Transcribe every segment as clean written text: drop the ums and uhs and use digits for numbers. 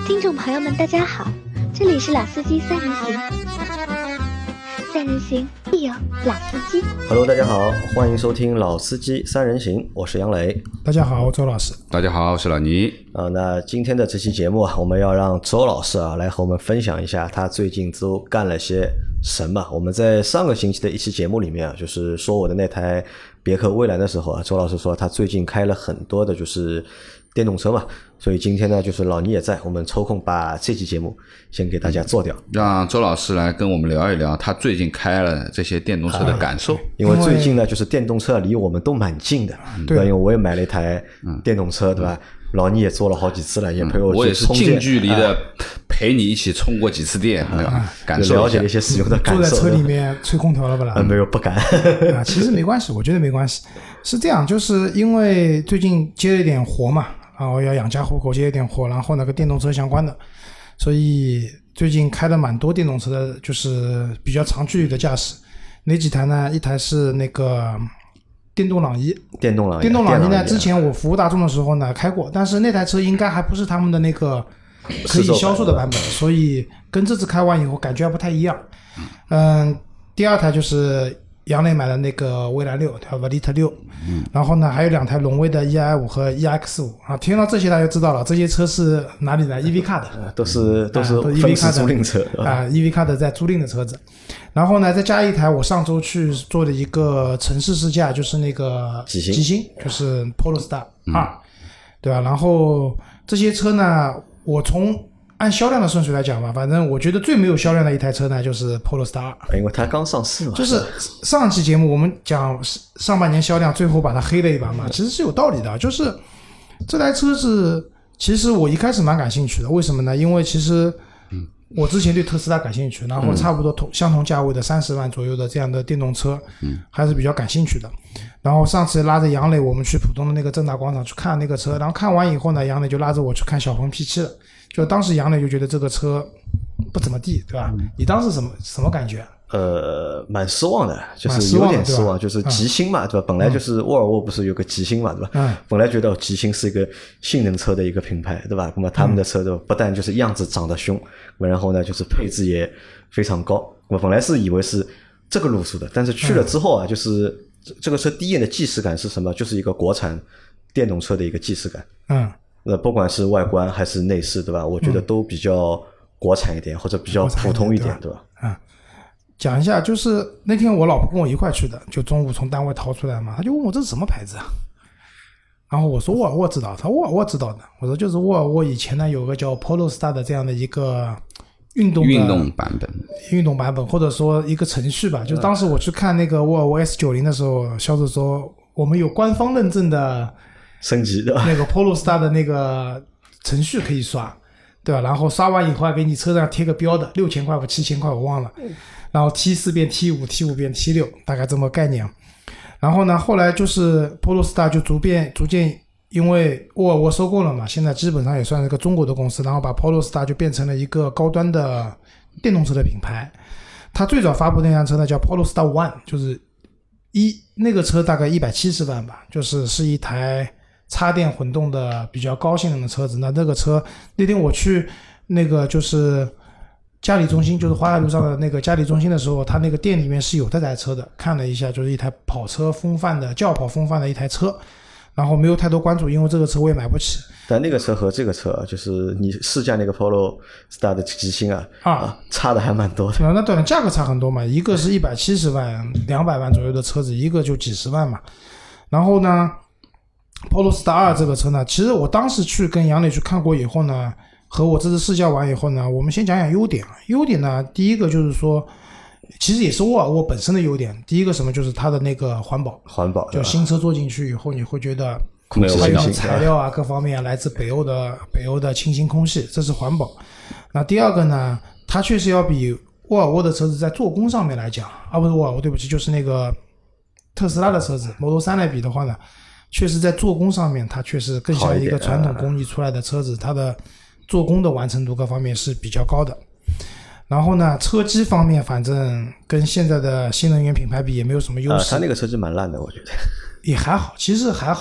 听众朋友们，大家好，这里是老司机三人行，三人行必有老司机。 Hello， 大家好，欢迎收听老司机三人行，我是杨磊。 大家好，我周老师。 大家好，我是老倪。 那今天的这期节目我们要让周老师来和我们分享一下他最近都干了些什么。我们在上个星期的一期节目里面就是说我的那台别克蔚蓝的时候周老师说他最近开了很多的就是电动车嘛，所以今天呢就是老倪也在，我们抽空把这期节目先给大家做掉， 让周老师来跟我们聊一聊他最近开了这些电动车的感受。 因为最近呢就是电动车离我们都蛮近的，对吧？因为我也买了一台电动车，对吧？老倪也坐了好几次了，也陪我也是近距离的陪你一起充过几次电，感受了解了一些使用的感受。 坐在车里面吹空调了吧啦？ 没有，不敢。 其实没关系，我觉得没关系。是这样，就是因为最近接了一点活嘛，然后要养家糊口，接了一点活，然后那个电动车相关的，所以最近开了蛮多电动车的，就是比较长距离的驾驶。哪几台呢？一台是那个电动朗逸呢，之前我服务大众的时候呢开过，但是那台车应该还不是他们的那个可以销售的版本，所以跟这次开完以后感觉还不太一样。第二台就是杨磊买的那个蔚蓝6，叫 Velite 6，然后呢还有两台荣威的 EI5 和 EX5 啊，听到这些大家就知道了，这些车是哪里的 EV Car 的， 都是分时租赁车 EV Car 的在租赁的车子。然后呢再加一台我上周去做的一个城市试驾，就是那个极星，就是 Polestar 2，对吧？然后这些车呢，我从按销量的顺序来讲吧，反正我觉得最没有销量的一台车呢就是 Polestar 2， 因为它刚上市嘛。 就是上期节目我们讲上半年销量，最后把它黑了一把嘛，其实是有道理的。就是这台车子其实我一开始蛮感兴趣的，为什么呢？因为其实我之前对特斯拉感兴趣，然后差不多相同价位的30万左右的这样的电动车还是比较感兴趣的。然后上次拉着杨磊我们去浦东的那个正大广场去看那个车，然后看完以后呢，杨磊就拉着我去看小鹏 P7 了。就当时杨磊就觉得这个车不怎么地，对吧？你当时什么感觉？ 蛮失望的，就是有点失望，就是极星嘛，对吧？本来就是沃尔沃不是有个极星嘛，对吧？本来觉得极星是一个性能车的一个品牌，对吧？那么他们的车都不但就是样子长得凶，然后呢就是配置也非常高。我本来是以为是这个路数的，但是去了之后就是这个车第一眼的既视感是什么？就是一个国产电动车的一个既视感。不管是外观还是内饰，对吧？我觉得都比较国产一点，或者比较普通一点，对吧？ 讲一下，就是那天我老婆跟我一块去的，就中午从单位逃出来嘛，她就问我这是什么牌子啊？然后我说沃尔沃知道，她沃尔沃知道的。我说就是沃尔沃以前呢有个叫 Polestar 的这样的一个运动版本，或者说一个程序吧。就当时我去看那个沃尔沃 S90 的时候，销售说我们有官方认证的升级的那个 Polestar 的那个程序可以刷，对吧？然后刷完以后还给你车上贴个标的，6000块或7000块我忘了。然后 T4 变 T5 变 T6， 大概这么概念。然后呢后来就是 Polestar 就逐渐因为沃尔沃收购了嘛，现在基本上也算是个中国的公司，然后把 Polestar 就变成了一个高端的电动车的品牌。它最早发布那辆车呢叫 Polestar One， 就是那个车大概170万吧，是一台插电混动的比较高性能的车子。那个车那天我去那个就是嘉里中心，就是淮海路上的那个嘉里中心的时候，他那个店里面是有这台车的，看了一下，就是一台跑车风范的轿跑风范的一台车，然后没有太多关注，因为这个车我也买不起。 但那个车和这个车就是你试驾那个 Polestar 的极星差的还蛮多的。 那当然价格差很多嘛，一个是170万200万左右的车子，一个就几十万嘛。然后呢 Polestar 2这个车呢，其实我当时去跟杨磊去看过以后呢，和我这次试驾完以后呢，我们先讲讲优点。优点呢，第一个就是说其实也是沃尔沃本身的优点。第一个什么，就是它的那个环保，就新车坐进去以后你会觉得它的材料各方面来自北欧的清新空气，这是环保。那第二个呢，它确实要比沃尔沃的车子在做工上面来讲不是沃尔沃，对不起，就是那个特斯拉的车子 Model 3来比的话呢，确实在做工上面它确实更像一个传统工艺出来的车子，它的做工的完成度各方面是比较高的。然后呢，车机方面反正跟现在的新能源品牌比也没有什么优势。 它那个车机蛮烂的，我觉得。 也还好，其实还好。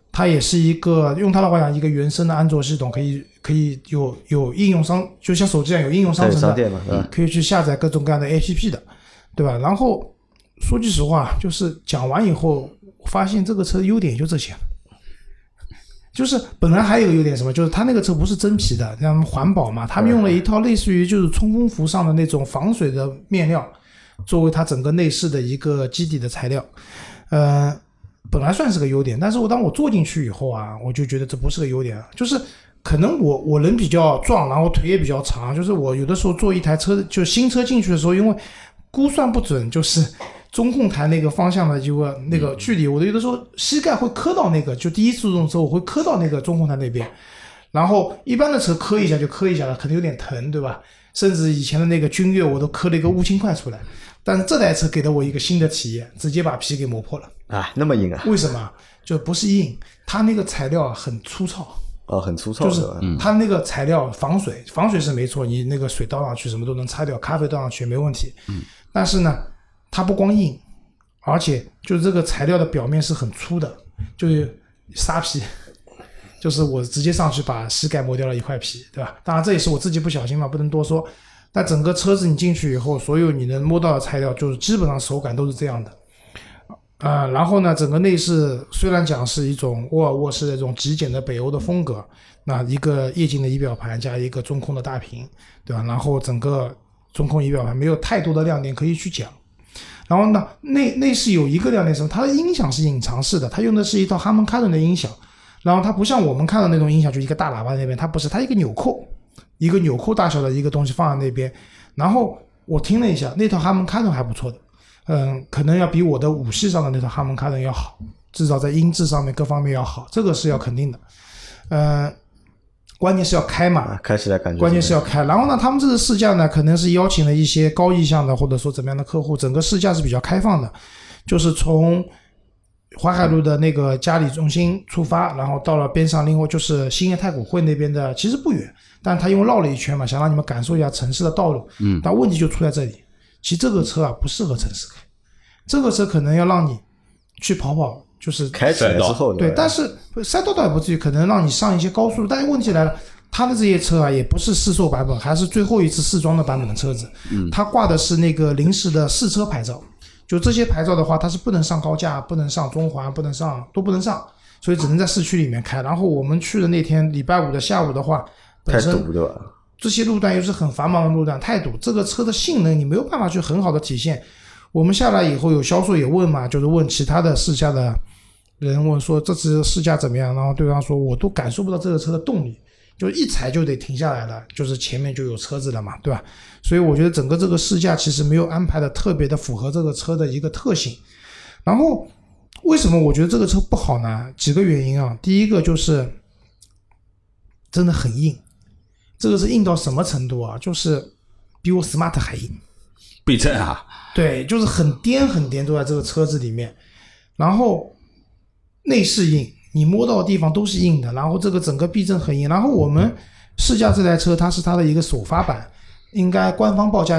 它也是一个用它的话讲，一个原生的安卓系统，可以有应用商，就像手机一样有应用商城的，可以去下载各种各样的 APP 的，对吧？然后说句实话，就是讲完以后，我发现这个车优点也就这些。就是本来还有一个优点什么，就是它那个车不是真皮的，像环保嘛，他们用了一套类似于就是冲锋服上的那种防水的面料，作为它整个内饰的一个基底的材料。本来算是个优点，但是当我坐进去以后啊，我就觉得这不是个优点，就是可能我人比较壮，然后腿也比较长，就是我有的时候坐一台车，就新车进去的时候，因为估算不准，就是中控台那个方向的那个距离，我有的时候膝盖会磕到那个，就第一次动车我会磕到那个中控台那边，然后一般的车磕一下就磕一下了，可能有点疼，对吧？甚至以前的那个君越我都磕了一个乌青块出来，但是这台车给了我一个新的体验，直接把皮给磨破了啊，那么硬啊？ 为什么？就不是硬，它那个材料很粗糙。 很粗糙， 就是它那个材料防水是没错，你那个水倒上去什么都能擦掉，咖啡倒上去没问题。但是呢，它不光硬，而且就是这个材料的表面是很粗的，就是沙皮，就是我直接上去把膝盖磨掉了一块皮，对吧？当然这也是我自己不小心嘛，不能多说。但整个车子你进去以后，所有你能摸到的材料，就是基本上手感都是这样的。然后呢，整个内饰虽然讲是一种沃尔沃式的这种极简的北欧的风格，那一个液晶的仪表盘加一个中控的大屏，对吧？然后整个中控仪表盘没有太多的亮点可以去讲。然后呢，内饰有一个亮点什么？它的音响是隐藏式的，它用的是一套哈曼卡顿的音响，然后它不像我们看到那种音响，就一个大喇叭在那边，它不是，它一个纽扣大小的一个东西放在那边。然后我听了一下，那套哈曼卡顿还不错的。可能要比我的5系上的那套哈曼卡顿要好，至少在音质上面各方面要好，这个是要肯定的。关键是要开嘛， 开起来感觉。 关键是要开。然后呢，他们这次试驾呢，可能是邀请了一些高意向的或者说怎么样的客户，整个试驾是比较开放的，就是从淮海路的那个嘉里中心出发，然后到了边上，另外就是兴业太古汇那边的，其实不远，但他因为绕了一圈嘛，想让你们感受一下城市的道路。但问题就出在这里。其实这个车啊不适合城市开，这个车可能要让你去跑，就是开起来之后对，但是赛道倒也不至于，可能让你上一些高速。但是问题来了，它的这些车啊也不是试售版本，还是最后一次试装的版本的车子。它挂的是那个临时的试车牌照，就这些牌照的话，它是不能上高架，不能上中环，不能上，所以只能在市区里面开。然后我们去的那天礼拜5的下午的话，本身太堵对吧？ 这些路段又是很繁忙的路段，太堵，这个车的性能你没有办法去很好的体现。我们下来以后有销售也问嘛，就是问其他的试驾的人，问说这次试驾怎么样，然后对方说我都感受不到这个车的动力，就一踩就得停下来了，就是前面就有车子了嘛，对吧？所以我觉得整个这个试驾其实没有安排的特别的符合这个车的一个特性。然后为什么我觉得这个车不好呢？几个原因啊。第一个就是真的很硬，这个是硬到什么程度啊？就是比我 Smart 还硬， 避震啊， 对，就是很颠都在这个车子里面。然后内饰硬，你摸到的地方都是硬的，然后这个整个避震很硬。然后我们试驾这台车，它是它的一个首发版，应该官方报价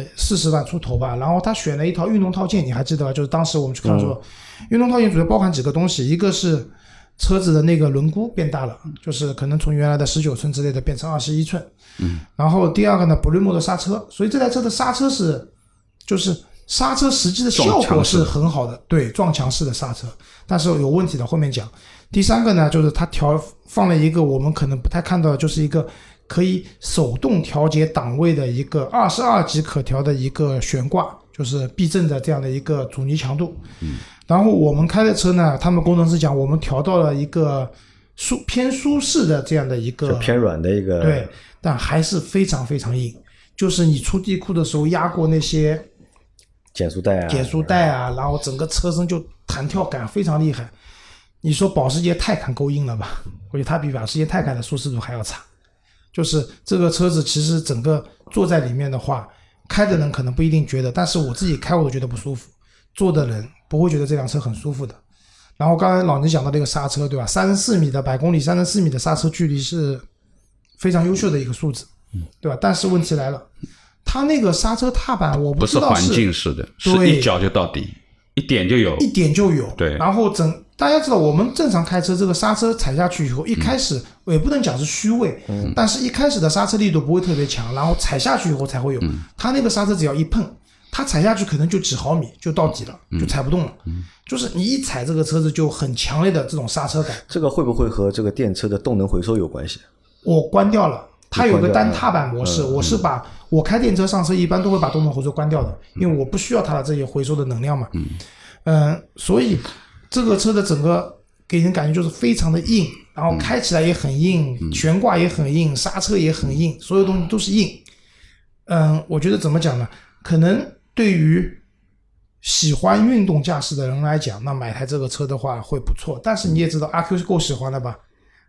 40万出头吧。然后他选了一套运动套件，你还记得吧？就是当时我们去看说，运动套件主要包含几个东西，一个是车子的那个轮毂变大了，就是可能从原来的19寸之类的变成21寸。然后第二个呢 Brembo 的刹车，所以这台车的刹车就是刹车实际的效果是很好的，对，撞墙式的刹车，但是有问题的后面讲。第三个呢，就是它放了一个我们可能不太看到的，就是一个可以手动调节档位的一个22级可调的一个悬挂，就是避震的这样的一个阻尼强度。然后我们开的车呢，他们工程师讲我们调到了一个偏舒适的这样的一个偏软的一个， 对，但还是非常非常硬，就是你出地库的时候压过那些减速带啊， 然后整个车身就弹跳感非常厉害。你说保时捷泰坦够硬了吧？我觉得它比保时捷泰坦的舒适度还要差。就是这个车子其实整个坐在里面的话，开的人可能不一定觉得，但是我自己开我都觉得不舒服，坐的人不会觉得这辆车很舒服的。然后刚才老倪讲到这个刹车，对吧？34米的100公里34米的刹车距离是非常优秀的一个数字，对吧？但是问题来了，它那个刹车踏板我不知道不是环境式的，是一脚就到底，一点就有， 对。然后大家知道，我们正常开车，这个刹车踩下去以后，一开始也不能讲是虚位，但是一开始的刹车力度不会特别强，然后踩下去以后才会有。它那个刹车只要一碰，它踩下去可能就几毫米就到底了，就踩不动了。就是你一踩这个车子就很强烈的这种刹车感。 这个会不会和这个电车的动能回收有关系？我关掉了。它有个单踏板模式，我开电车上车一般都会把动能回收关掉的，因为我不需要它的这些回收的能量嘛。所以这个车的整个给人感觉就是非常的硬，然后开起来也很硬，悬挂也很硬，刹车也很硬，所有东西都是硬。我觉得怎么讲呢？可能对于喜欢运动驾驶的人来讲，那买台这个车的话会不错。但是你也知道，阿 Q 是够喜欢的吧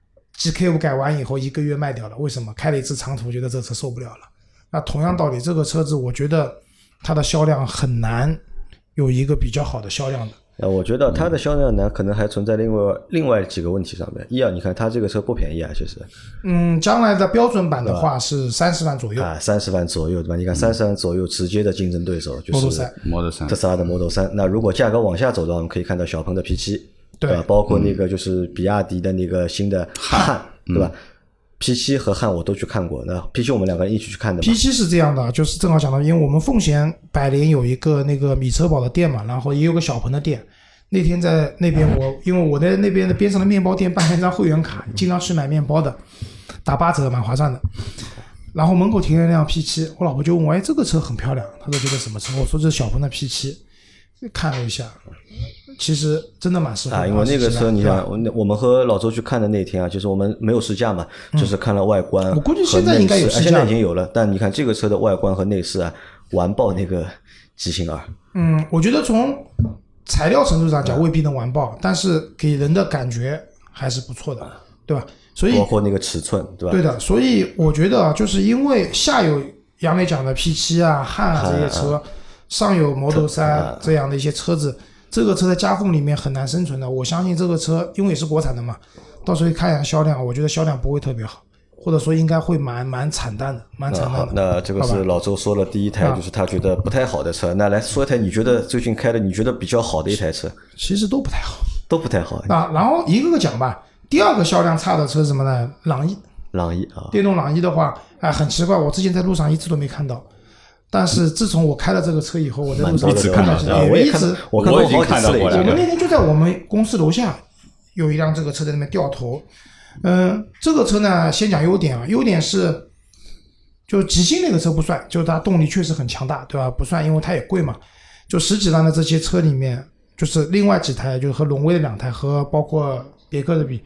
？GK5 改完以后1个月卖掉了，为什么？开了一次长途，觉得这车受不了了。那同样道理，这个车子我觉得它的销量很难有一个比较好的销量的。 我觉得它的销量呢，可能还存在另外几个问题上面。你看它这个车不便宜啊，其实。 将来的标准版的话是30万左右啊 ，30万左右，对吧？你看30万左右，直接的竞争对手就是 Model 3， 特斯拉的 Model 3。那如果价格往下走的话，我们可以看到小鹏的 P7。对吧？包括那个就是比亚迪的那个新的汉，对吧？P7 和汉我都去看过，那 P7 我们两个人一起去看的。 P7 是这样的，就是正好讲到，因为我们奉贤百联有一个那个米车宝的店嘛，然后也有个小鹏的店。那天在那边因为我在那边的边上的面包店办了一张会员卡，经常去买面包的，打8折，蛮划算的。然后门口停了一辆 P7， 我老婆就问我，这个车很漂亮，她说这个什么车？我说这是小鹏的 P7， 看了一下。其实真的蛮适合的因为那个车你想，我们和老周去看的那天啊，就是我们没有试驾嘛，就是看了外观。 我估计现在应该有试驾， 现在已经有了。但你看这个车的外观和内饰啊，完爆那个极星2。 我觉得从材料程度上讲未必能完爆，但是给人的感觉还是不错的，对吧？所以包括那个尺寸，对吧？ 对的，所以我觉得就是因为下有杨磊讲的 P7 啊、汉啊这些车，上有 Model 3这样的一些车子。这个车在夹缝里面很难生存的，我相信这个车因为也是国产的嘛，到时候看一下销量，我觉得销量不会特别好，或者说应该会蛮惨淡的，蛮惨淡的。 那这个是老周说了第一台，就是他觉得不太好的车。那来说一台你觉得最近开的你觉得比较好的一台车？ 其实都不太好， 都不太好。 然后一个个讲吧。第二个销量差的车是什么呢？朗逸啊，电动朗逸的话，很奇怪，我之前在路上一直都没看到。但是自从我开了这个车以后，我在路上看到， 我已经看到过了。 我们那天就在我们公司楼下有一辆这个车在那边掉头。这个车呢，先讲优点啊，优点是就极星那个车不算，就是它动力确实很强大，对吧？不算，因为它也贵嘛。就10几万的这些车里面，就是另外几台，就是和荣威的2台和包括别克的比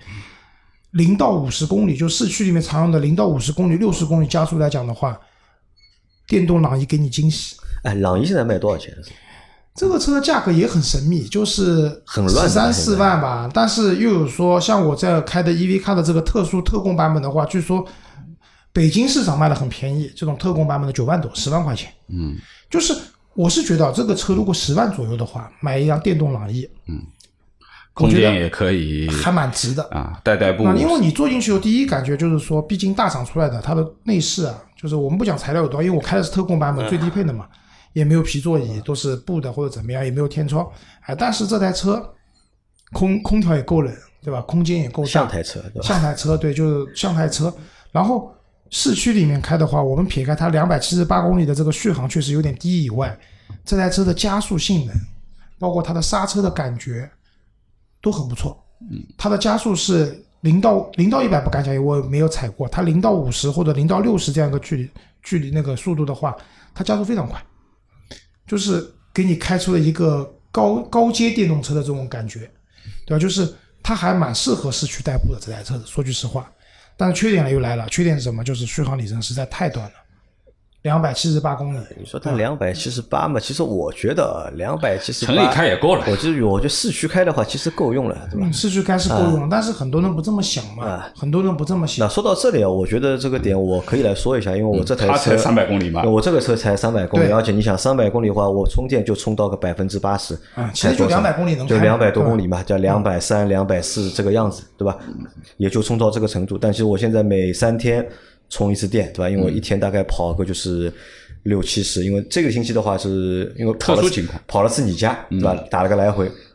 ，0到50公里，就市区里面常用的0到50公里、60公里加速来讲的话。电动朗逸给你惊喜。 朗逸现在卖多少钱？ 这个车的价格也很神秘，就是很乱 13、14万吧。但是又有说，像我在开的 EV 卡的这个特供版本的话，据说北京市场卖的很便宜，这种特供版本的9万多，10万块钱。就是我是觉得这个车如果10万左右的话，买一辆电动朗逸， 空间也可以， 还蛮值的啊，代步。 因为你坐进去后，第一感觉就是说，毕竟大厂出来的，它的内饰啊，就是我们不讲材料有多少，因为我开的是特供版本最低配的嘛，也没有皮座椅，都是布的或者怎么样，也没有天窗，但是这台车空调也够冷，对吧？空间也够大， 像台车，对吧？ 像台车，对，就是像台车。然后市区里面开的话，我们撇开它278公里的这个续航确实有点低以外，这台车的加速性能，包括它的刹车的感觉。都很不错，它的加速是0到100不敢讲，我没有踩过。它0到50或者0到60这样一个距离那个速度的话，它加速非常快，就是给你开出了一个高阶电动车的这种感觉，对吧？就是它还蛮适合市区代步的这台车子，说句实话。但是缺点又来了，缺点是什么？就是续航里程实在太短了。278公里， 你说它278嘛？其实我觉得278 城里开也够了。 我觉得市区开的话，其实够用了，对吧？ 市区开是够用，但是很多人不这么想嘛。很多人不这么想。 那说到这里啊，我觉得这个点我可以来说一下，因为我这台车它才300公里嘛， 我这个车才300公里，而且你想300公里的话，我充电就充到个80%， 其实就200公里能开， 就200多公里嘛，叫230、240这个样子，对吧？也就充到这个程度。但是我现在每3天。充一次电，对吧？因为我一天大概跑个就是60-70，因为这个星期的话是因为特殊情况跑了次你家，对吧？打了个来回，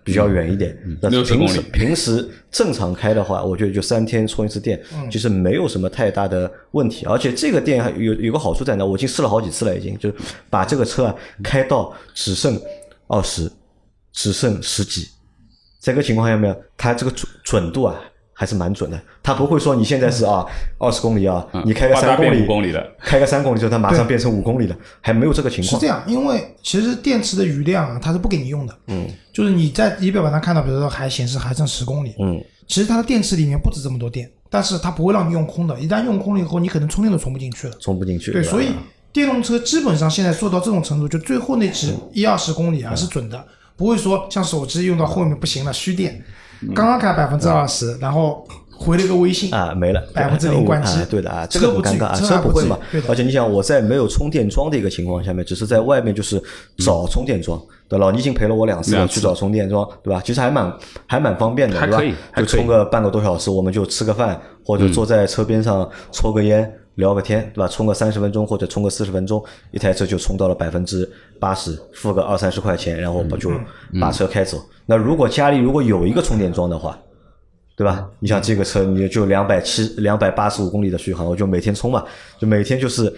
比较远一点。 60公里。 平时正常开的话，我觉得就3天充一次电，其实没有什么太大的问题。而且这个电有个好处在哪？我已经试了好几次了，已经就把这个车啊开到只剩20，只剩10几。这个情况下面，它这个准度啊还是蛮准的。它不会说你现在是20公里啊，你开个3公里了， 开个3公里之后它马上变成5公里了，还没有这个情况。 是这样，因为其实电池的余量啊，它是不给你用的。就是你在仪表板上看到，比如说还显示还剩10公里。其实它的电池里面不止这么多电，但是它不会让你用空的。一旦用空了以后，你可能充电都充不进去了。 充不进去。 对，所以电动车基本上现在做到这种程度，就最后那值1-20公里啊是准的。不会说像手机用到后面不行了虚电，刚刚开20%，然后回了个微信啊没了 ，0%关机。 对的啊，这个不尴尬，车不会嘛。而且你想，我在没有充电桩的一个情况下面，只是在外面就是找充电桩，对吧？你已经陪了我2次去找充电桩，对吧？其实还蛮方便的，对吧？就充个半个多小时，我们就吃个饭，或者坐在车边上抽个烟。聊个天，对吧？充个30分钟或者充个40分钟，一台车就充到了80%，付个20-30块钱，然后就把车开走。那如果家里有一个充电桩的话，对吧？你像这个车，你就285公里的续航，我就每天充嘛，就每天就是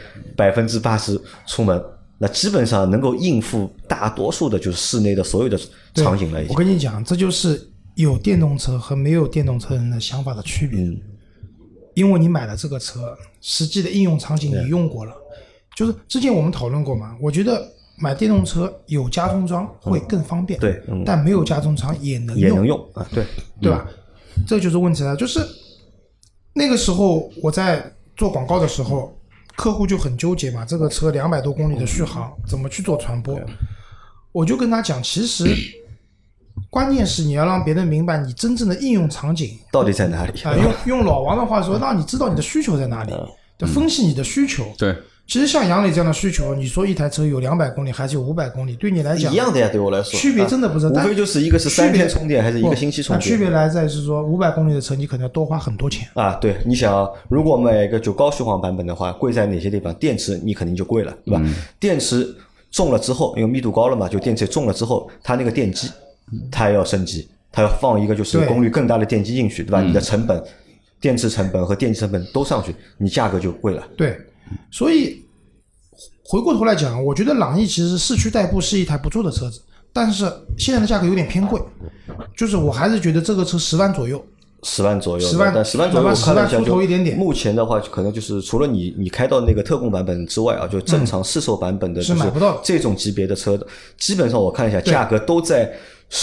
80%出门，那基本上能够应付大多数的就是室内的所有的场景了。 我跟你讲，这就是有电动车和没有电动车人的想法的区别。因为你买了这个车，实际的应用场景你用过了，就是之前我们讨论过嘛，我觉得买电动车有加充桩会更方便， 对， 但没有加充桩也能用啊， 对吧？这就是问题了。就是那个时候我在做广告的时候，客户就很纠结嘛，这个车200多公里的续航怎么去做传播？我就跟他讲，其实关键是你要让别人明白你真正的应用场景到底在哪里用老王的话说，让你知道你的需求在哪里，分析你的需求。 对， 其实像杨磊这样的需求，你说一台车有200公里还是有500公里，对你来讲一样的呀，对我来说区别真的不是， 无非就是一个是3天充电还是一个星期充电。 区别来在是说500公里的车你可能要多花很多钱啊。对，你想如果买一个就高续航版本的话，贵在哪些地方？电池你肯定就贵了，对吧？电池重了之后，因为密度高了嘛，就电池重了之后，它那个电机它要升级，它要放一个就是功率更大的电机进去，对吧？你的成本、电池成本和电机成本都上去，你价格就贵了。 对，所以回过头来讲，我觉得朗逸其实市区代步是一台不错的车子，但是现在的价格有点偏贵，就是我还是觉得这个车10万左右。 10万左右， 但 10万左右我看了一下， 出头一点点。 目前的话，可能就是除了你开到那个特供版本之外啊，就正常市售版本的， 是买不到这种级别的车的，基本上我看一下价格都在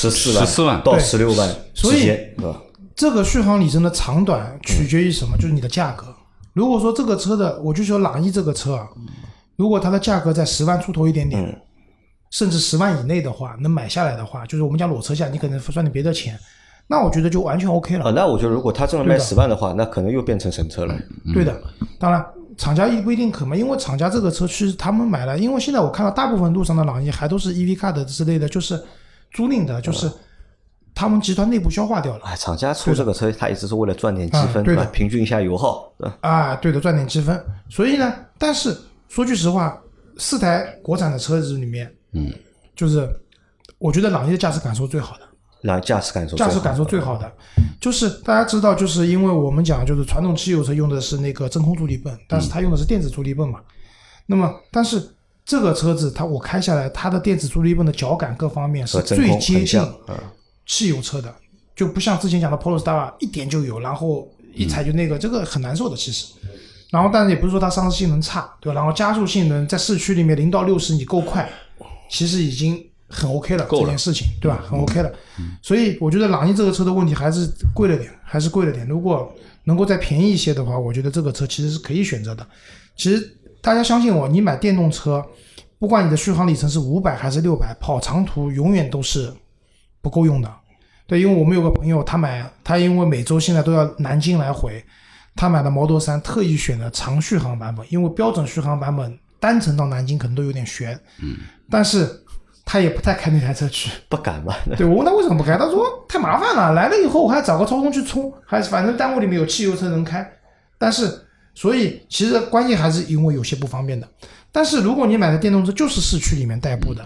14万到16万之间，对吧？ 这个续航里程的长短取决于什么？就是你的价格。如果说这个车的，我就说朗逸这个车啊，如果它的价格在10万出头一点点，甚至10万以内的话，能买下来的话，就是我们讲裸车价，你可能算点别的钱。那我觉得就完全 OK 了。 那我觉得如果他真的卖10万的话，那可能又变成神车了。 对的，当然厂家不一定可嘛，因为厂家这个车其实他们买了，因为现在我看到大部分路上的朗逸还都是 EV Card 之类的，就是租赁的，就是他们集团内部消化掉了。 厂家出这个车，他一直是为了赚点积分， 对的， 平均一下油耗。 对的，赚点积分。所以呢，但是说句实话，4台国产的车子里面，就是我觉得朗逸的驾驶感受最好的。 驾驶感受最好的，就是大家知道，就是因为我们讲就是传统汽油车用的是那个真空助力泵，但是它用的是电子助力泵嘛。那么，但是这个车子我开下来，它的电子助力泵的脚感各方面是最接近汽油车的，就不像之前讲的 Polestar 一点就有，然后一踩就那个，这个很难受的其实。然后，但是也不是说它上市性能差，对吧？然后加速性能在市区里面0到60你够快，其实已经很 OK 了，这件事情，对吧？很 OK 了。所以我觉得朗逸这个车的问题还是贵了点，如果能够再便宜一些的话，我觉得这个车其实是可以选择的。其实大家相信我，你买电动车，不管你的续航里程是500还是600，跑长途永远都是不够用的。对，因为我们有个朋友，他因为每周现在都要南京来回，他买的Model 3特意选了长续航版本，因为标准续航版本单程到南京可能都有点悬。但是他也不太开那台车去， 不敢嘛？ 对，我问他为什么不开，他说太麻烦了，来了以后我还找个超充去充，还反正单位里面有汽油车能开。但是，所以其实关键还是因为有些不方便的。但是如果你买的电动车就是市区里面代步的，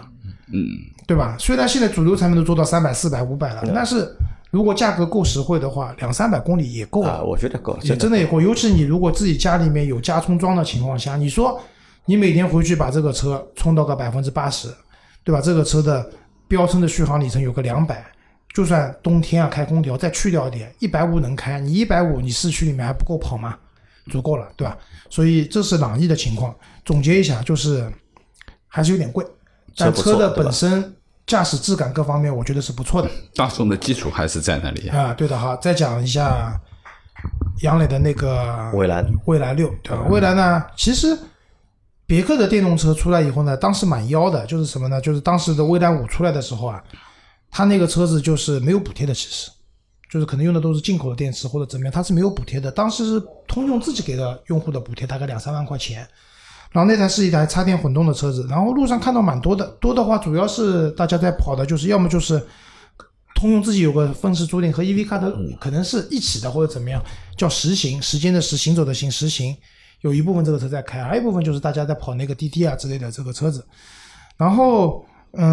对吧？虽然现在主流产品都做到300、400、500了，但是如果价格够实惠的话，200-300公里也够了。 我觉得够， 也真的也够。尤其你如果自己家里面有加充装的情况下，你说你每天回去把这个车充到个80%，对吧？这个车的标称的续航里程有个200，就算冬天开空调再去掉一点，150能开，你150你市区里面还不够跑吗？足够了，对吧？所以这是朗逸的情况。总结一下，就是还是有点贵，但车的本身驾驶质感各方面我觉得是不错的。 大众的基础还是在那里啊。对的，好，再讲一下杨磊的那个蔚来6，对吧？蔚来呢，其实别克的电动车出来以后呢，当时蛮妖的，就是什么呢？就是当时的蔚来5出来的时候啊，它那个车子就是没有补贴的，其实就是可能用的都是进口的电池或者怎么样，它是没有补贴的。当时是通用自己给的用户的补贴，大概2-3万块钱。然后那台是一台插电混动的车子，然后路上看到蛮多的，多的话主要是大家在跑的，就是要么就是通用自己有个分时租赁和 EV 卡的可能是一起的或者怎么样，叫时行，时间的时，行走的行，时行，有一部分这个车在开，还有一部分就是大家在跑那个滴滴啊之类的这个车子。然后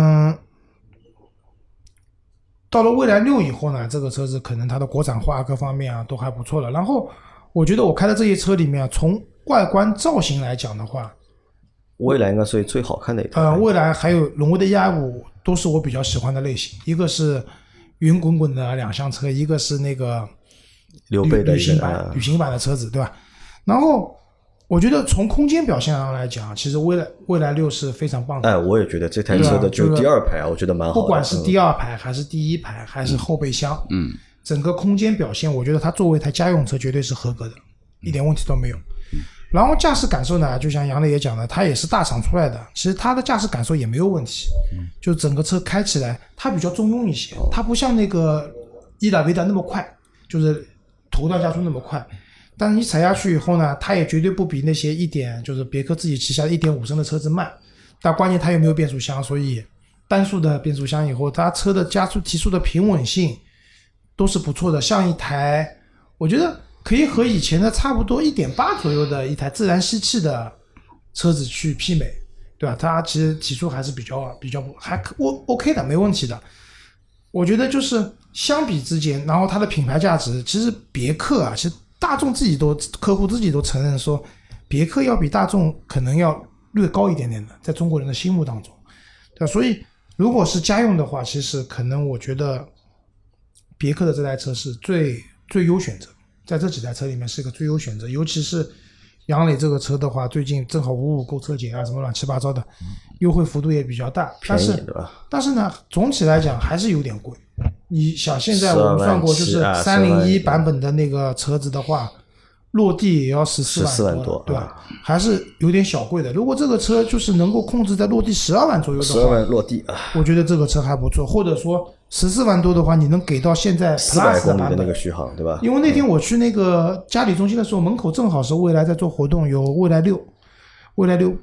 到了蔚来6以后呢，这个车子可能它的国产化各方面啊都还不错了。然后我觉得我开的这些车里面从外观造型来讲的话， 蔚来应该是最好看的一台。 蔚来还有荣威的 EI5 都是我比较喜欢的类型，一个是云滚滚的两厢车，一个是那个旅行版的车子，对吧？然后我觉得从空间表现上来讲，其实蔚来6是非常棒的。 我也觉得这台车的就第二排我觉得蛮好的， 不管是第二排还是第一排还是后备箱，整个空间表现我觉得它作为一台家用车绝对是合格的，一点问题都没有。然后驾驶感受呢，就像杨磊也讲的，它也是大厂出来的，其实它的驾驶感受也没有问题，就整个车开起来它比较中庸一些，它不像那个伊达维达那么快，就是头段加速那么快，但是你踩下去以后呢，它也绝对不比那些就是别克自己旗下的 1.5 升的车子慢，但关键它又没有变速箱，所以单速的变速箱以后，它车的加速提速的平稳性都是不错的，像一台我觉得可以和以前的差不多 1.8 左右的一台自然吸气的车子去媲美，对吧？它其实提速还是比较还 OK 的，没问题的。我觉得就是相比之间，然后它的品牌价值，其实别克啊，其实大众客户自己都承认说，别克要比大众可能要略高一点点的，在中国人的心目当中，对吧？所以如果是家用的话，其实可能我觉得别克的这台车是最优选择。在这几台车里面是一个最优选择，尤其是杨磊这个车的话，最近正好55购车节啊，什么乱七八糟的，优惠幅度也比较大，但是呢，总体来讲还是有点贵。你想现在我们算过，就是301版本的那个车子的话，落地也要14万多，对吧？还是有点小贵的。如果这个车就是能够控制在落地12万左右的话，12 万落地啊， 我觉得这个车还不错。或者说14万多的话，你能给到现在 Plus 的版本那个续航，对吧？ 因为那天我去那个嘉里中心的时候，门口正好是蔚来在做活动，有蔚来6，蔚来6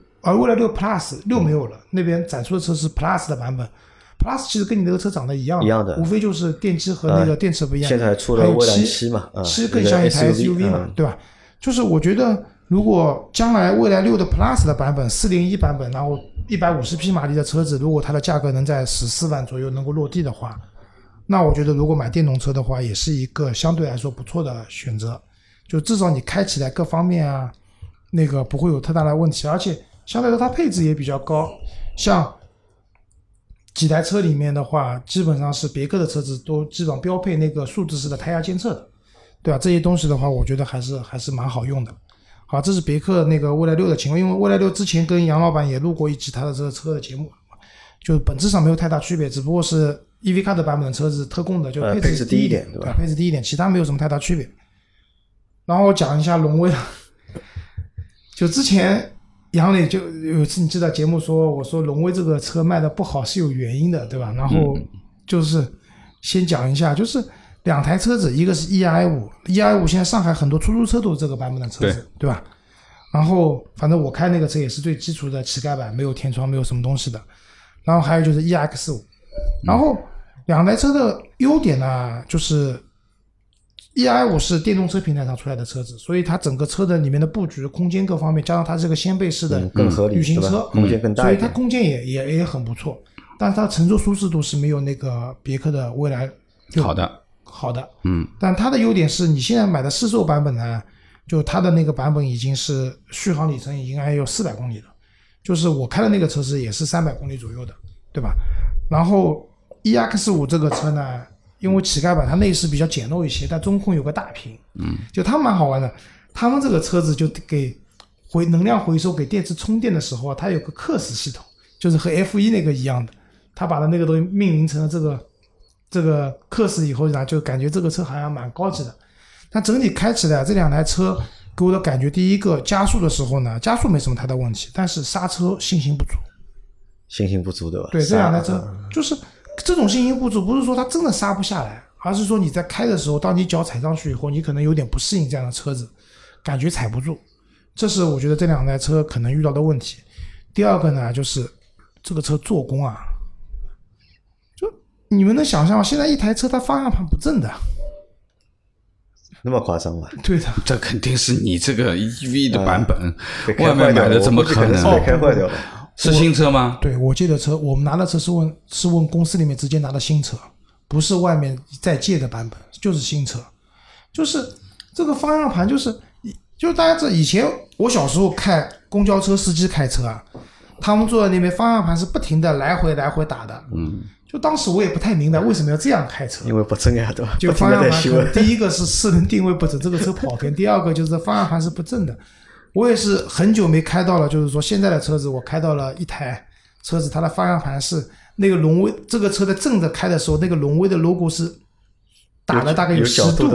Plus 6没有了，那边展出的车是 Plus 的版本。Plus 其实跟你那个车长得一样的，无非就是电机和那个电池不一样。 现在出了蔚来7嘛 ，7更像一台 SUV 嘛，对吧？就是我觉得如果将来蔚来6的 Plus 的版本401版本，然后150匹马力的车子，如果它的价格能在14万左右能够落地的话，那我觉得如果买电动车的话，也是一个相对来说不错的选择。就至少你开起来各方面啊，那个不会有太大的问题，而且相对来说它配置也比较高。像几台车里面的话，基本上是别克的车子都基本上标配那个数字式的胎压监测的，对吧？这些东西的话，我觉得还是蛮好用的。好，这是别克那个蔚来6的情况，因为蔚来6之前跟杨老板也录过一期他的这个车的节目，就本质上没有太大区别，只不过是 EV 卡的版本的车子特供的，就配置低一点，对吧？配置低一点，其他没有什么太大区别。然后讲一下荣威，就之前杨磊就有一次你记得节目说，我说荣威这个车卖的不好是有原因的，对吧？然后就是先讲一下，就是两台车子，一个是 EI5 现在上海很多出租车都是这个版本的车子， 对吧？然后反正我开那个车也是最基础的乞丐版，没有天窗，没有什么东西的。然后还有就是 EX5， 然后两台车的优点呢，就是 EI5 是电动车平台上出来的车子，所以它整个车的里面的布局、空间各方面，加上它这个掀背式的旅行车， 空间更大一点， 所以它空间也很不错。 但是它乘坐舒适度是没有那个别克的蔚来好的。但它的优点是你现在买的市售版本呢，就它的那个版本已经是续航里程已经还有400公里了，就是我开的那个车是也是300公里左右的，对吧？然后 EX5 这个车呢，因为乞丐版它内饰比较简陋一些，但中控有个大屏，就它蛮好玩的。他们这个车子就给能量回收给电池充电的时候啊，它有个克斯系统，就是和 F1 那个一样的，它把它那个东西命名成了这个克斯以后呢，就感觉这个车好像蛮高级的。但整体开起来这两台车给我的感觉，第一个加速的时候呢，加速没什么太大问题，但是刹车信心不足。 信心不足对吧？ 对，这两台车就是这种信心不足，不是说它真的刹不下来，而是说你在开的时候，当你脚踩上去以后，你可能有点不适应这样的车子，感觉踩不住。这是我觉得这两台车可能遇到的问题。第二个呢，就是这个车做工啊，就你们能想象吗？现在一台车它方向盘不正的。 那么夸张吗？ 对的， 这肯定是你这个 EV 的版本，外面买的怎么可能？ 被开坏掉了。 是新车吗？ 对，我借的车，我们拿的车是问公司里面直接拿的新车，不是外面再借的版本，就是新车。就是这个方向盘就是大家知道，以前我小时候看公交车司机开车啊，他们坐在那边方向盘是不停的来回打的。就当时我也不太明白为什么要这样开车， 因为不正呀，对吧？ 就方向盘可能第一个是4轮定位不准，这个车跑偏；第二个就是方向盘是不正的。我也是很久没开到了，就是说现在的车子，我开到了一台车子，它的方向盘是那个龙威，这个车在正着开的时候，那个龙威的 logo 是打了大概有10度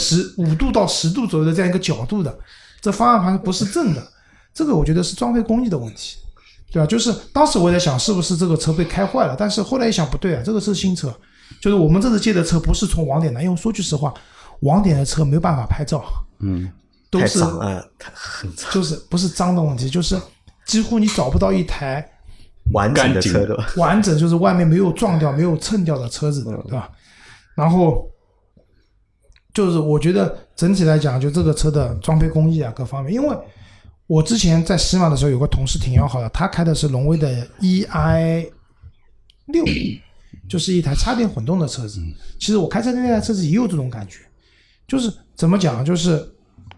，5度到10度左右的这样一个角度的，这方向盘不是正的，这个我觉得是装配工艺的问题，对吧？就是当时我在想是不是这个车被开坏了，但是后来一想不对啊，这个是新车，就是我们这次借的车不是从网点来，因为说句实话，网点的车没有办法拍照，都是太脏啊，很脏， 就是不是脏的问题，就是几乎你找不到一台完整的车的， 完整就是外面没有撞掉、没有蹭掉的车子，对吧？然后就是我觉得整体来讲，就这个车的装配工艺啊各方面，因为我之前在西马的时候有个同事挺要好的，他开的是荣威的 EI6，就是一台插电混动的车子。其实我开车那台车子也有这种感觉，就是怎么讲，就是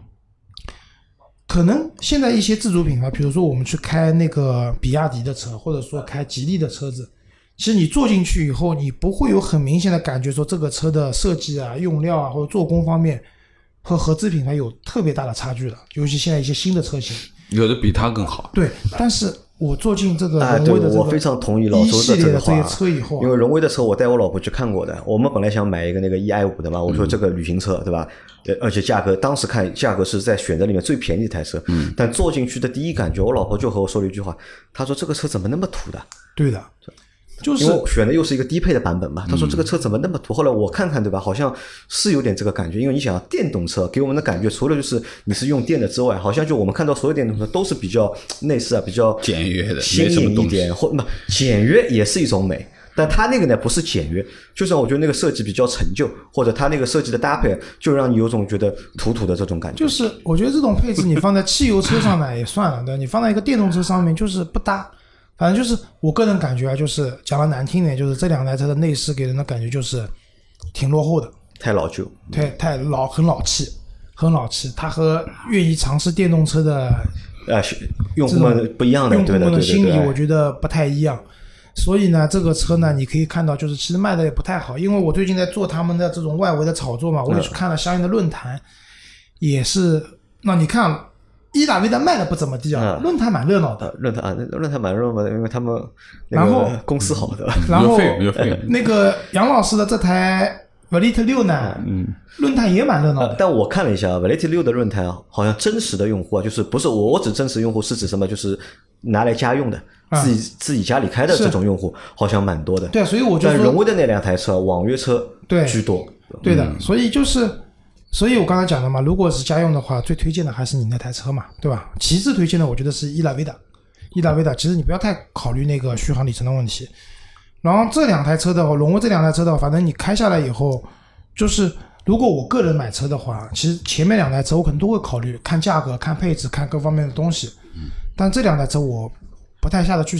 可能现在一些自主品牌，比如说我们去开那个比亚迪的车，或者说开吉利的车子，其实你坐进去以后，你不会有很明显的感觉说这个车的设计啊、用料啊或者做工方面和合资品牌有特别大的差距的，尤其现在一些新的车型， 有的比它更好。 对，但是我坐进这个荣威的这个我非常同意老周的这个话， 这些车以后， 因为荣威的车我带我老婆去看过的，我们本来想买一个那个 EI5 的嘛，我说这个旅行车对吧？而且价格当时看价格是在选择里面最便宜的一台车，但坐进去的第一感觉，我老婆就和我说了一句话，她说这个车怎么那么土的？ 对的。就是因为选的又是一个低配的版本嘛，他说这个车怎么那么土？后来我看看对吧，好像是有点这个感觉，因为你想电动车给我们的感觉，除了就是你是用电的之外，好像就我们看到所有电动车都是比较内饰啊比较简约的， 新颖一点，或不简约也是一种美。但它那个呢不是简约，就是我觉得那个设计比较陈旧，或者它那个设计的搭配就让你有种觉得土土的这种感觉。 就是我觉得这种配置你放在汽油车上呢也算了，对，你放在一个电动车上面就是不搭。反正就是我个人感觉啊，就是讲的难听点，就是这两台车的内饰给人的感觉就是挺落后的， 太老旧， 太老，很老气，很老气。它和愿意尝试电动车的用户们不一样的， 用户们的心理我觉得不太一样。所以呢，这个车呢，你可以看到，就是其实卖的也不太好。因为我最近在做他们的这种外围的炒作嘛，我也去看了相应的论坛，也是。那你看。伊达维的卖的不怎么地啊，论坛蛮热闹的。 论坛蛮热闹的，因为他们那个公司好的。 然后那个杨老师的这台 Velite 6呢，论坛也蛮热闹的。 但我看了一下 Velite 6的论坛啊，好像真实的用户啊，就是不是我指真实用户是指什么？就是拿来家用的，自己家里开的这种用户好像蛮多的。 对，所以我就说， 但荣威的那两台车网约车居多。 对的，所以我刚才讲的嘛，如果是家用的话，最推荐的还是你那台车嘛，对吧？其次推荐的我觉得是伊拉维达，其实你不要太考虑那个续航里程的问题。然后这两台车的话，荣威这两台车的话，反正你开下来以后，就是如果我个人买车的话，其实前面两台车我可能都会考虑，看价格、看配置、看各方面的东西。但这两台车我不太下得去手。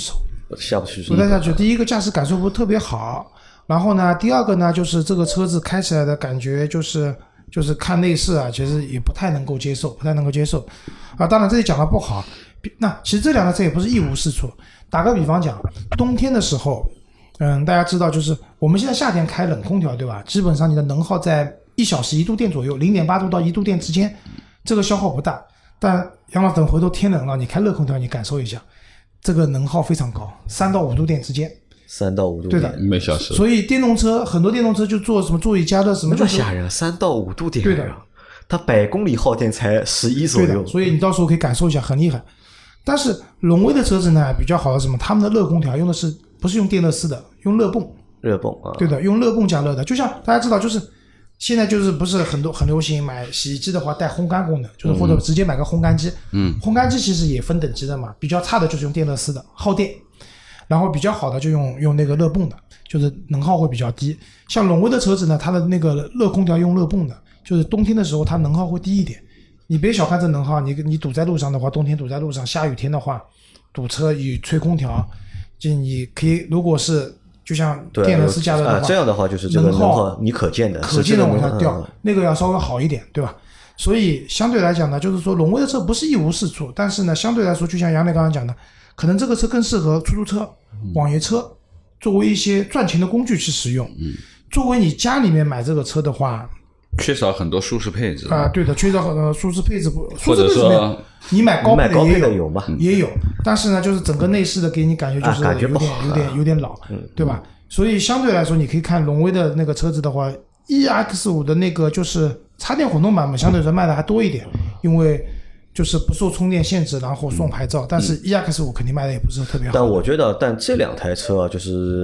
下不去， 不太下去。第一个驾驶感受不特别好，然后呢，第二个呢就是这个车子开起来的感觉就是看内饰啊，其实也不太能够接受啊。当然这里讲的不好，那其实这两台车也不是一无是处。打个比方讲，冬天的时候，大家知道就是我们现在夏天开冷空调，对吧？基本上你的能耗在1小时1度电左右，0.8度到1度电之间，这个消耗不大。但杨老等回头天冷了，你开热空调，你感受一下，这个能耗非常高，3到5度电之间。 3到5度对的， 每小时。 所以电动车很多电动车就做什么座椅加热什么， 那么吓人，3到5度电。 对的， 它100公里耗电才11左右。 所以你到时候可以感受一下，很厉害。但是荣威的车子呢，比较好的什么？他们的热空调用的是不是用电热丝的？用热泵。 热泵啊。 对的，用热泵加热的。就像大家知道，就是现在就是不是很流行买洗衣机的话带烘干功能，就是或者直接买个烘干机。烘干机其实也分等级的嘛，比较差的就是用电热丝的，耗电。然后比较好的就用那个热泵的，就是能耗会比较低。像荣威的车子呢，它的那个热空调用热泵的，就是冬天的时候它能耗会低一点。你别小看这能耗，你堵在路上的话，冬天堵在路上，下雨天的话，堵车与吹空调，就你可以如果是就像电热丝加热的话， 这样的话就是这个能耗你可见的往下掉，那个要稍微好一点，对吧？所以相对来讲呢，就是说荣威的车不是一无是处，但是呢，相对来说，就像杨磊刚刚讲的，可能这个车更适合出租车、网约车，作为一些赚钱的工具去使用。作为你家里面买这个车的话， 缺少很多舒适配置啊，对的，缺少很多舒适配置， 或者说你买高配的有吗？ 也有，但是呢，就是整个内饰的给你感觉就是有点老，对吧？所以相对来说，你可以看荣威的那个车子的话 ，EX5 的那个就是插电混动版本，相对来说卖的还多一点，因为就是不受充电限制，然后送牌照，但是 EX5 肯定卖的也不是特别好。 但我觉得，这两台车啊，就是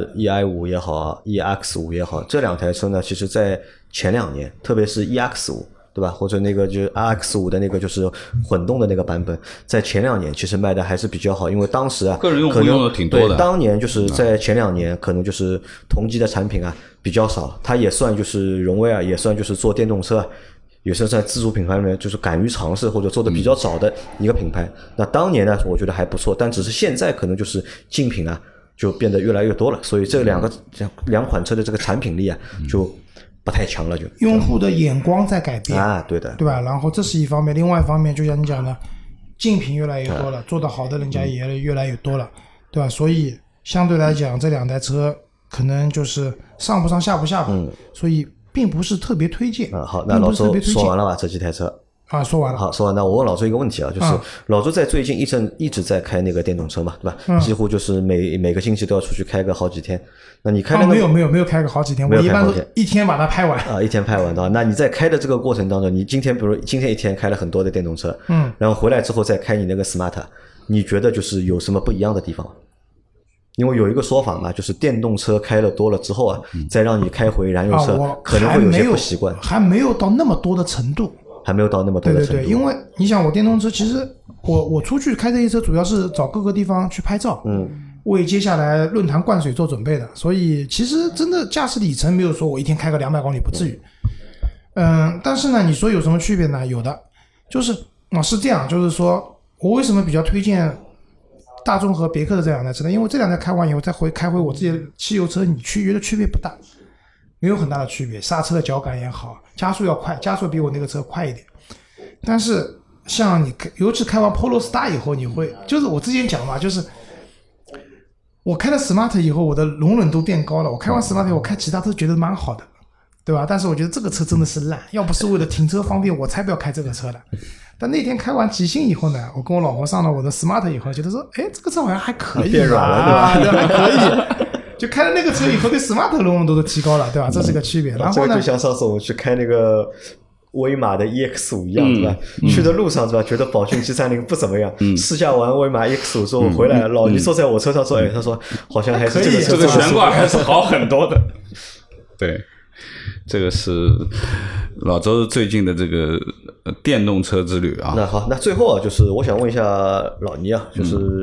EI5 也好 ，EX5 也好，这两台车呢，其实在前2年，特别是 EX5，对吧？或者那个就是 RX5 的那个就是混动的那个版本，在前2年其实卖的还是比较好，因为当时啊， 个人用户用的挺多的。 对，当年就是在前2年，可能就是同级的产品啊比较少，它也算就是荣威啊，也算就是做电动车啊。也是在自主品牌里面就是敢于尝试或者做的比较早的一个品牌。那当年呢，我觉得还不错，但只是现在可能就是竞品啊就变得越来越多了，所以这两款车的这个产品力啊就不太强了，就用户的眼光在改变啊，对的， 对吧？然后这是一方面，另外一方面就像你讲的，竞品越来越多了，做得好的人家也越来越多了，对吧？所以相对来讲，这两台车可能就是上不上下不下吧，所以并不是特别推荐。 好，那老周说完了吧？这几台车啊，说完了。 好，说完了。我问老周一个问题啊，就是老周在最近一直在开那个电动车嘛，对吧？几乎就是每个星期都要出去开个好几天。那你开那个没有开个好几天，我一般都一天把它拍完啊，一天拍完的。那你在开的这个过程当中，你比如今天一天开了很多的电动车，然后回来之后再开你那个 Smart， 你觉得就是有什么不一样的地方？因为有一个说法嘛，就是电动车开了多了之后啊，再让你开回燃油车，可能会有些不习惯， 还没有到那么多的程度，对，因为你想，我电动车其实我出去开这些车，主要是找各个地方去拍照，为接下来论坛灌水做准备的，所以其实真的驾驶里程没有说我一天开个200公里不至于，但是呢，你说有什么区别呢？有的，就是是这样，就是说我为什么比较推荐大众和别克的这两台车呢？因为这两台开完以后再开回我自己的汽油车，你觉得区别不大，没有很大的区别，刹车的脚感也好，加速要快，加速比我那个车快一点。但是像你尤其开完 Polestar 以后，你会就是我之前讲嘛，就是我开了 Smart 以后，我的容忍度变高了。我开完 Smart 以后，我开其他车觉得蛮好的，对吧？但是我觉得这个车真的是烂，要不是为了停车方便，我才不要开这个车的。但那天开完极星以后呢，我跟我老婆上了我的 Smart 以后，觉得说，这个车好像还可以， 变软了， 对吧？还可以。就开了那个车以后，对 Smart 的容忍度都提高了，对吧？这是个区别。然后呢， 就像上次我们去开那个威马的 EX5 一样，对吧？去的路上，对吧？觉得宝骏730不怎么样，试驾完威马 EX5 之后回来，老倪坐在我车上说，他说好像还是这个悬挂还是好很多的。对。这个是老周最近的这个电动车之旅啊。 那好，那最后啊，就是我想问一下老倪啊，就是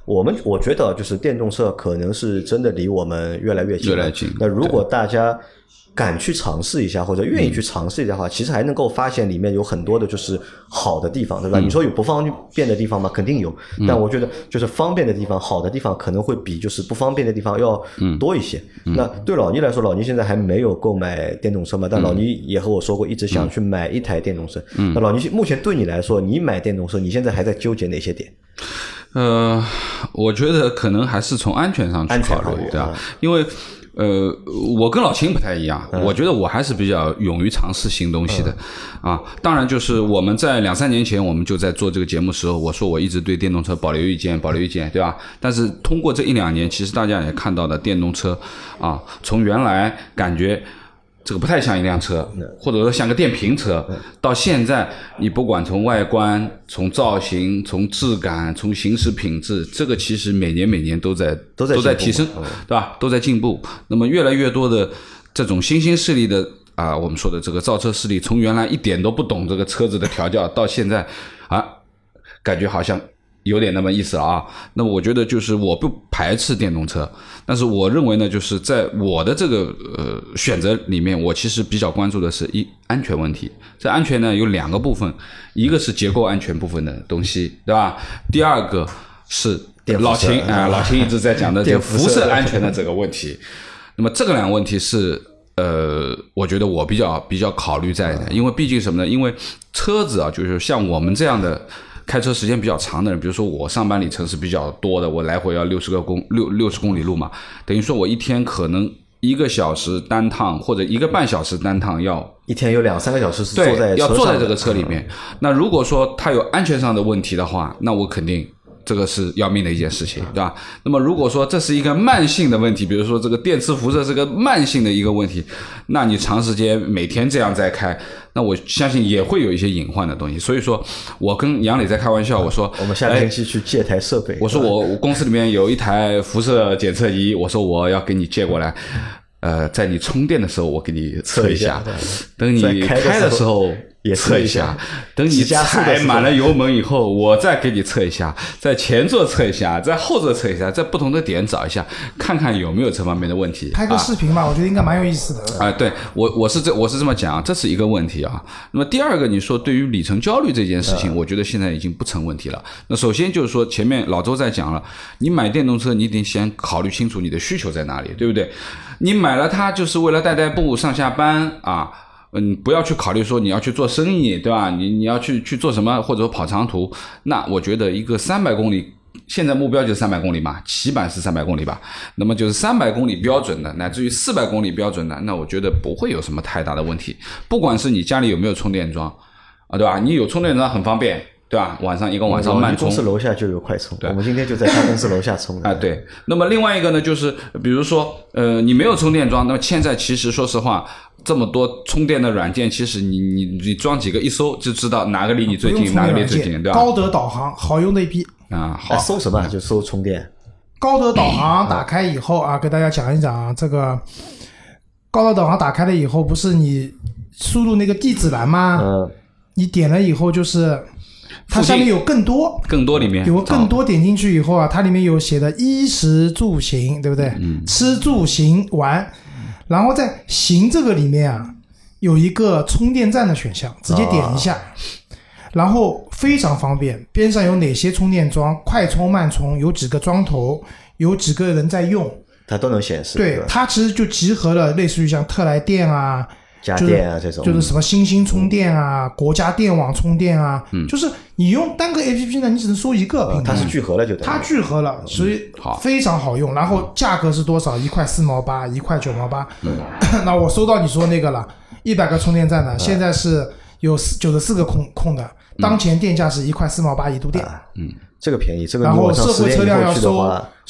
我觉得就是电动车可能是真的离我们越来越近。那如果大家敢去尝试一下，或者愿意去尝试一下的话，其实还能够发现里面有很多的就是好的地方，对吧？你说有不方便的地方吗？肯定有，但我觉得就是方便的地方、好的地方可能会比就是不方便的地方要多一些。那对老倪来说，老倪现在还没有购买电动车嘛，但老倪也和我说过，一直想去买一台电动车。那老倪目前对你来说，你买电动车，你现在还在纠结哪些点？ 我觉得可能还是从安全上去考虑，对吧？因为我跟老秦不太一样，我觉得我还是比较勇于尝试新东西的啊。当然，就是我们在2-3年前我们就在做这个节目的时候，我说我一直对电动车保留意见，对吧？但是通过这1-2年，其实大家也看到了电动车啊，从原来感觉这个不太像一辆车，或者说像个电瓶车，到现在你不管从外观、从造型、从质感、从行驶品质，这个其实每年都在提升，对吧？都在进步。那么越来越多的这种新兴势力的我们说的这个造车势力，从原来一点都不懂这个车子的调教，到现在感觉好像有点那么意思了啊。那么我觉得就是我不排斥电动车，但是我认为呢，就是在我的这个选择里面，我其实比较关注的是安全问题。这安全呢有2个部分，一个是结构安全部分的东西，对吧？第二个是老秦一直在讲的这个辐射安全的这个问题。那么这个2个问题是我觉得我比较考虑在的，因为毕竟什么呢？因为车子就是像我们这样的开车时间比较长的人，比如说我上班里程是比较多的，我来回要60公里路嘛，等于说我一天可能1个小时单趟或者1个半小时单趟，要一天有2-3个小时是要坐在这个车里面。那如果说它有安全上的问题的话，那我肯定这个是要命的一件事情，对吧？那么如果说这是一个慢性的问题，比如说这个电磁辐射是个慢性的一个问题，那你长时间每天这样在开，那我相信也会有一些隐患的东西。所以说我跟杨磊在开玩笑，我说我们下个星期去借台设备， 我说我公司里面有一台辐射检测仪，我说我要给你借过来，在你充电的时候我给你测一下，等你开的时候也测一下，等你踩满了油门以后我再给你测一下，在前座测一下，在后座测一下，在不同的点找一下，看看有没有这方面的问题。 拍个视频吧，我觉得应该蛮有意思的。 对，我是这么讲，这是一个问题啊。那么第二个，你说对于里程焦虑这件事情，我觉得现在已经不成问题了。那首先就是说，前面老周在讲了，你买电动车，你得先考虑清楚你的需求在哪里，对不对？你买了它就是为了代步上下班啊。不要去考虑说你要去做生意，对吧？你要去做什么，或者说跑长途，那我觉得一个300公里，现在目标就是300公里嘛，起版是300公里吧，那么就是300公里标准的，乃至于400公里标准的，那我觉得不会有什么太大的问题。不管是你家里有没有充电桩对吧？你有充电桩很方便，对吧？一个晚上慢充， 公司楼下就有快充，我们今天就在他公司楼下充对。那么另外一个呢，就是比如说你没有充电桩，那么现在其实说实话，这么多充电的软件，其实你装几个一搜就知道哪个离你最近，哪个离最近，对吧？ 高德导航好用的一批好， 搜什么就搜充电。 高德导航打开以后给大家讲一讲这个高德导航打开了以后，不是你输入那个地址栏吗？你点了以后就是它上面有更多里面有更多，点进去以后它里面有写的衣食住行，对不对？吃住行玩，然后在行这个里面有一个充电站的选项，直接点一下，然后非常方便，边上有哪些充电桩，快充慢充，有几个桩头，有几个人在用， 它都能显示。 对，它其实就集合了类似于像特来电家电这种， 就是什么新兴充电国家电网充电就是你用单个 APP 呢，你只能搜一个平台， 它是聚合了就对了， 它聚合了，所以非常好用。然后价格是多少？1块4毛8，1块9毛8。那我搜到你说那个了，100个充电站呢，现在是有94个空的，当前电价是1块4毛8一度电。 这个便宜，这个然后社会车辆要收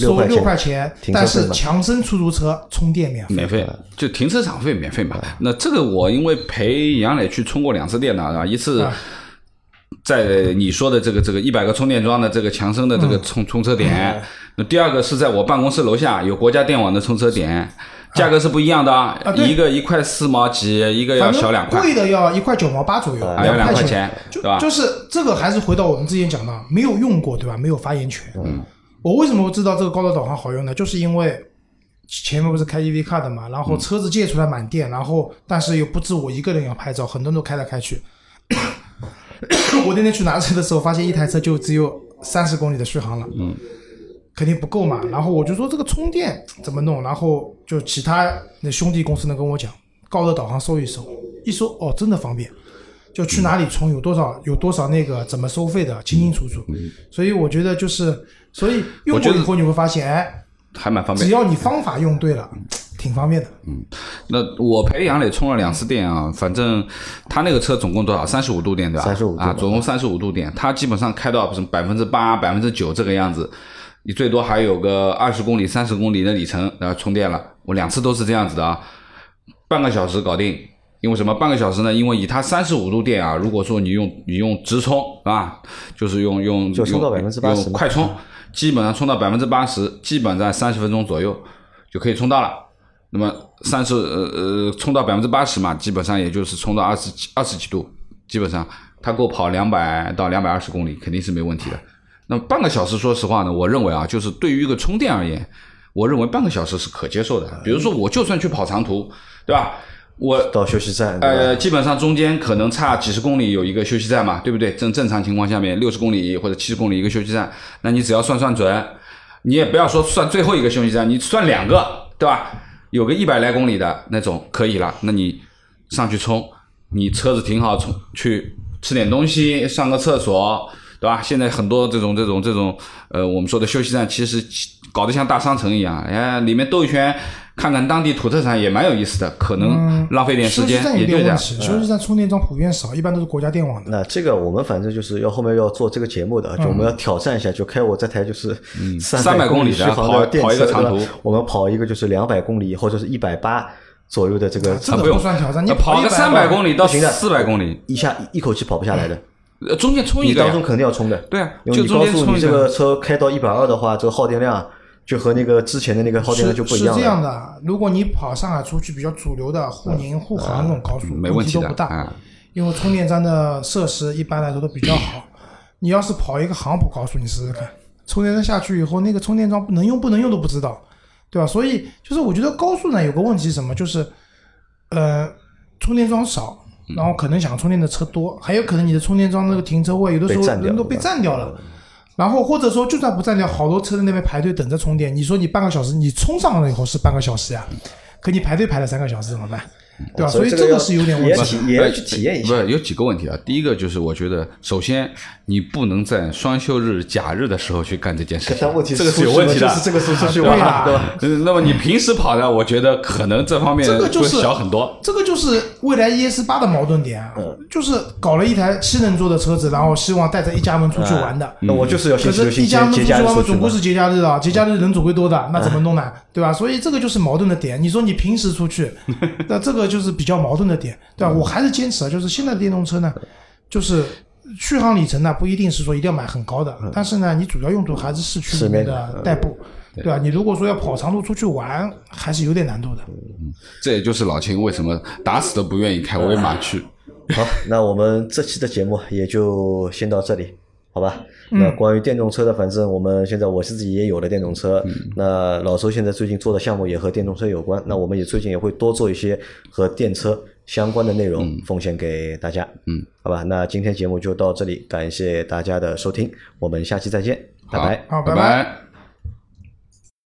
6 块钱，但是强生出租车充电免费， 就停车场费免费嘛。那这个我因为陪杨磊去充过2次电了，一次在你说的这个100个充电桩的这个强生的这个充车点，那第二个是在我办公室楼下有国家电网的充车点。价格是不一样的一个1块4毛几，一个要小2块， 贵的要1块9毛8左右， 要2块钱，对吧？ 就是这个还是回到我们之前讲的，没有用过，对吧？没有发言权。 我为什么会知道这个高德导航好用呢？就是因为前面不是开 EV car 的嘛，然后车子借出来满电，然后但是又不止我一个人要拍照，很多人都开来开去。我那天去拿车的时候，发现一台车就只有30公里的续航了，肯定不够嘛。然后我就说这个充电怎么弄，然后就其他的兄弟公司呢跟我讲，高德导航搜一搜，哦，真的方便。就去哪里充，有多少那个怎么收费的，清清楚楚。所以我觉得所以用过以后你会发现，哎， 还蛮方便。 只要你方法用对了，挺方便的。 那我陪杨磊充了2次电啊，反正他那个车总共多少？35度电对吧 ？35度啊， 总共35度电，他基本上开到8%、9%这个样子，你最多还有个20公里、30公里的里程，然后充电了。我2次都是这样子的啊，半个小时搞定。因为什么？半个小时呢？因为以它35度电啊，如果说你用直充啊，就是用就充到80%， 用快充，基本上充到80%，基本在30分钟左右就可以充到了。那么充到80%嘛，基本上也就是充到20几度，基本上它够跑200到220公里，肯定是没问题的。那么半个小时，说实话呢，我认为啊，就是对于一个充电而言，我认为半个小时是可接受的。比如说，我就算去跑长途，对吧？我到休息站， 基本上中间可能差几十公里有一个休息站嘛，对不对？正常情况下面60公里或者70公里一个休息站，那你只要算准，你也不要说算最后一个休息站，你算2个，对吧？有个100来公里的那种可以了，那你上去充，你车子停好，去吃点东西，上个厕所，对吧？现在很多这种我们说的休息站，其实搞得像大商城一样，里面兜一圈。看看当地土特产也蛮有意思的，可能浪费点时间也对的。 休息站充电桩普遍少，一般都是国家电网的。 那这个我们反正就是后面要做这个节目的，就我们要挑战一下，就开我这台就是300公里续航的电车， 跑一个长途， 我们跑一个就是200公里或者是180左右的这个， 这个不算挑战，你跑个300公里到400公里， 一口气跑不下来的。 中间充一个， 你当中肯定要充的。 对啊， 因为你高速你这个车开到120的话，这个耗电量。就和那个之前的那个耗电量就不一样了。 是这样的，如果你跑上海出去比较主流的沪宁、沪杭那种高速，问题都不大，因为充电站的设施一般来说都比较好。你要是跑一个杭普高速，你试试看，充电站下去以后，那个充电桩能用不能用都不知道，对吧？所以就是我觉得高速呢有个问题是什么，就是充电桩少，然后可能想充电的车多，还有可能你的充电桩那个停车位有的时候人都被占掉了。然后或者说就算不占掉，好多车在那边排队等着充电，你说你半个小时你充上了以后是半个小时呀，可你排队排了3个小时怎么办？对吧？所以这个是有点问题， 也要去体验一下。 不是有几个问题啊？第一个就是我觉得，首先你不能在双休日、假日的时候去干这件事情，这个是有问题的， 就是这个是出去玩， 对吧？ 那么你平时跑的，我觉得可能这方面会小很多。 这个就是蔚来 ES8 的矛盾点啊，就是搞了一台7人座的车子，然后希望带着一家门出去玩的。 那我就是要可是一家门出去玩嘛，总归是节假日啊，节假日人总归多的，那怎么弄呢？对吧？所以这个就是矛盾的点。你说你平时出去，那这个就是比较矛盾的点，对吧？我还是坚持啊，就是现在的电动车呢，就是续航里程呢不一定是说一定要买很高的，但是呢，你主要用途还是市区里面的代步，对吧？你如果说要跑长途出去玩，还是有点难度的。 这也就是老秦为什么打死都不愿意开威马去。 好，那我们这期的节目也就先到这里。好吧，那关于电动车的，反正我自己也有了电动车，那老周现在最近做的项目也和电动车有关，那我们也最近也会多做一些和电车相关的内容奉献给大家。好吧，那今天节目就到这里，感谢大家的收听，我们下期再见，拜拜。 好，拜拜。